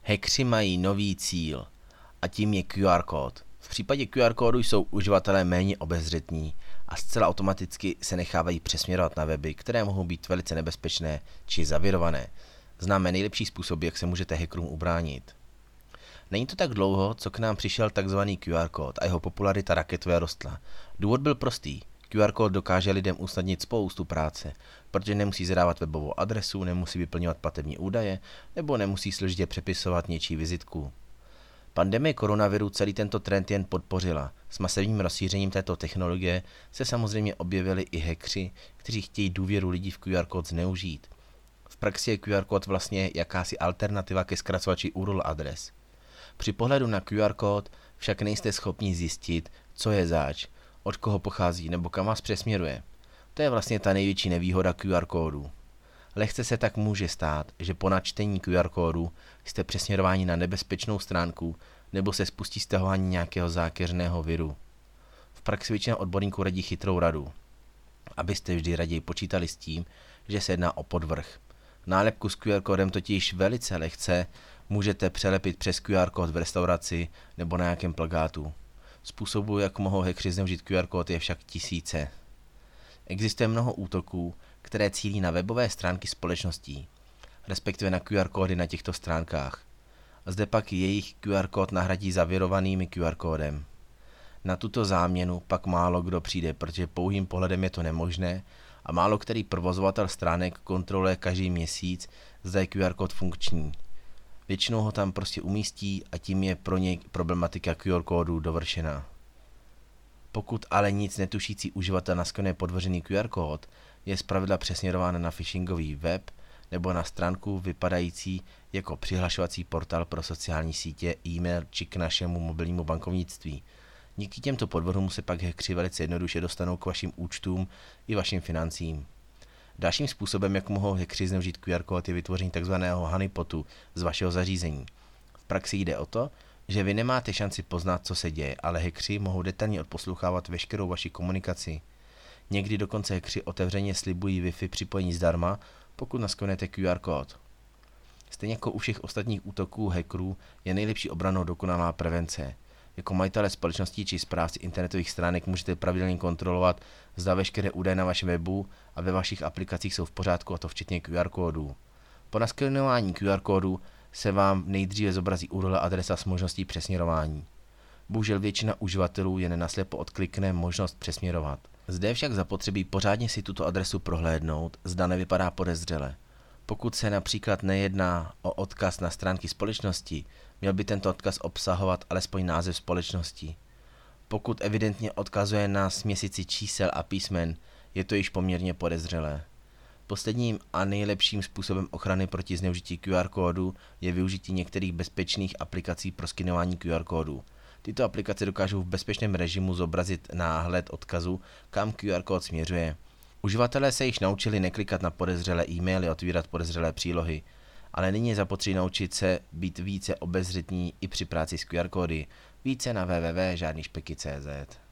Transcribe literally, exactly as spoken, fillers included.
Hackři mají nový cíl a tím je Q R kód. V případě Q R kódu jsou uživatelé méně obezřetní a zcela automaticky se nechávají přesměrovat na weby, které mohou být velice nebezpečné či zavirované. Známe nejlepší způsob, jak se můžete hackerům ubránit. Není to tak dlouho, co k nám přišel tzv. Q R kód a jeho popularita raketově rostla. Důvod byl prostý. Q R kód dokáže lidem usnadnit spoustu práce, protože nemusí zadávat webovou adresu, nemusí vyplňovat platební údaje nebo nemusí složitě přepisovat něčí vizitku. Pandemie koronaviru celý tento trend jen podpořila. S masivním rozšířením této technologie se samozřejmě objevili i hackři, kteří chtějí důvěru lidí v Q R kód zneužít. V praxi je Q R kód vlastně jakási alternativa ke zkracovači U R L adres. Při pohledu na Q R kód však nejste schopni zjistit, co je zač, od koho pochází nebo kam vás přesměruje. To je vlastně ta největší nevýhoda Q R kódu. Lehce se tak může stát, že po načtení Q R kódu jste přesměrováni na nebezpečnou stránku nebo se spustí stahování nějakého zákeřného viru. V praxi většina odborníků radí chytrou radu, abyste vždy raději počítali s tím, že se jedná o podvrh. Nálepku s Q R kódem totiž velice lehce můžete přelepit přes Q R kód v restauraci nebo na nějakém plakátu. Způsobů, jak mohou hackři zneužít Q R kód, je však tisíce. Existuje mnoho útoků, které cílí na webové stránky společností, respektive na Q R kódy na těchto stránkách. A zde pak jejich Q R kód nahradí zavirovanými Q R kódem. Na tuto záměnu pak málo kdo přijde, protože pouhým pohledem je to nemožné a málo který provozovatel stránek kontroluje každý měsíc, zda je Q R kód funkční. Většinou ho tam prostě umístí a tím je pro něj problematika Q R kódu dovršená. Pokud ale nic netušící uživatel naskenuje podvržený Q R kód, je zpravidla přesměrován na phishingový web nebo na stránku vypadající jako přihlašovací portál pro sociální sítě, e-mail či k našemu mobilnímu bankovnictví. Díky těmto podvodům se pak hackři velice jednoduše dostanou k vašim účtům i vašim financím. Dalším způsobem, jak mohou hackři zneužít Q R kód, je vytvoření tzv. Honeypotu z vašeho zařízení. V praxi jde o to, že vy nemáte šanci poznat, co se děje, ale hackři mohou detailně odposlouchávat veškerou vaši komunikaci. Někdy dokonce hackři otevřeně slibují Wi-Fi připojení zdarma, pokud naskenujete Q R kód. Stejně jako u všech ostatních útoků hackerů je nejlepší obranou dokonalá prevence. Jako majitelé společností či správci internetových stránek můžete pravidelně kontrolovat, zda veškeré údaje na vašem webu a ve vašich aplikacích jsou v pořádku, a to včetně Q R kódů. Po naskenování Q R kódu se vám nejdříve zobrazí U R L adresa s možností přesměrování. Bohužel většina uživatelů jen naslepo odklikne možnost přesměrovat. Zde je však zapotřebí pořádně si tuto adresu prohlédnout, zda nevypadá podezřele. Pokud se například nejedná o odkaz na stránky společnosti, měl by tento odkaz obsahovat alespoň název společnosti. Pokud evidentně odkazuje na směsici čísel a písmen, je to již poměrně podezřelé. Posledním a nejlepším způsobem ochrany proti zneužití Q R kódu je využití některých bezpečných aplikací pro skinování Q R kódu. Tyto aplikace dokážou v bezpečném režimu zobrazit náhled odkazu, kam Q R kód směřuje. Uživatelé se již naučili neklikat na podezřelé e-maily a otvírat podezřelé přílohy, ale nyní je zapotřebí naučit se být více obezřetní i při práci s Q R kódy. Více na w w w tečka žádný špeky tečka cé zet.